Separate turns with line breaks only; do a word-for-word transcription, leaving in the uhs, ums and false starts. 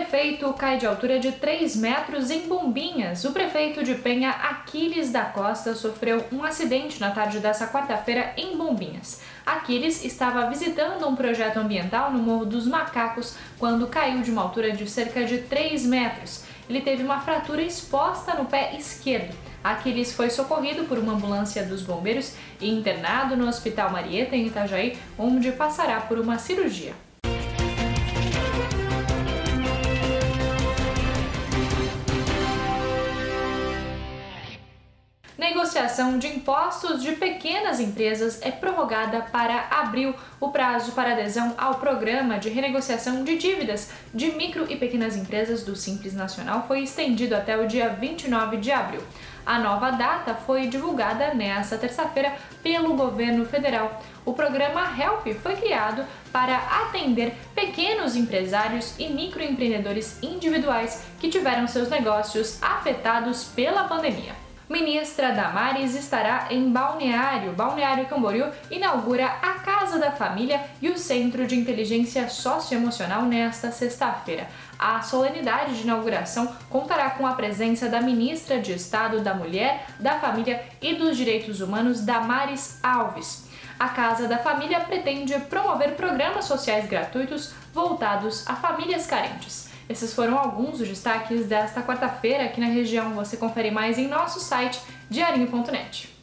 Prefeito cai de altura de três metros em Bombinhas. O prefeito de Penha, Aquiles da Costa, sofreu um acidente na tarde desta quarta-feira em Bombinhas. Aquiles estava visitando um projeto ambiental no Morro dos Macacos quando caiu de uma altura de cerca de três metros. Ele teve uma fratura exposta no pé esquerdo. Aquiles foi socorrido por uma ambulância dos bombeiros e internado no Hospital Marieta, em Itajaí, onde passará por uma cirurgia. Negociação de impostos de pequenas empresas é prorrogada para abril. O prazo para adesão ao programa de renegociação de dívidas de micro e pequenas empresas do Simples Nacional foi estendido até o dia vinte e nove de abril. A nova data foi divulgada nesta terça-feira pelo governo federal. O programa Help foi criado para atender pequenos empresários e microempreendedores individuais que tiveram seus negócios afetados pela pandemia. Ministra Damares estará em Balneário. Balneário Camboriú inaugura a Casa da Família e o Centro de Inteligência Socioemocional nesta sexta-feira. A solenidade de inauguração contará com a presença da Ministra de Estado da Mulher, da Família e dos Direitos Humanos, Damares Alves. A Casa da Família pretende promover programas sociais gratuitos voltados a famílias carentes. Esses foram alguns dos destaques desta quarta-feira aqui na região. Você confere mais em nosso site diarinho ponto net.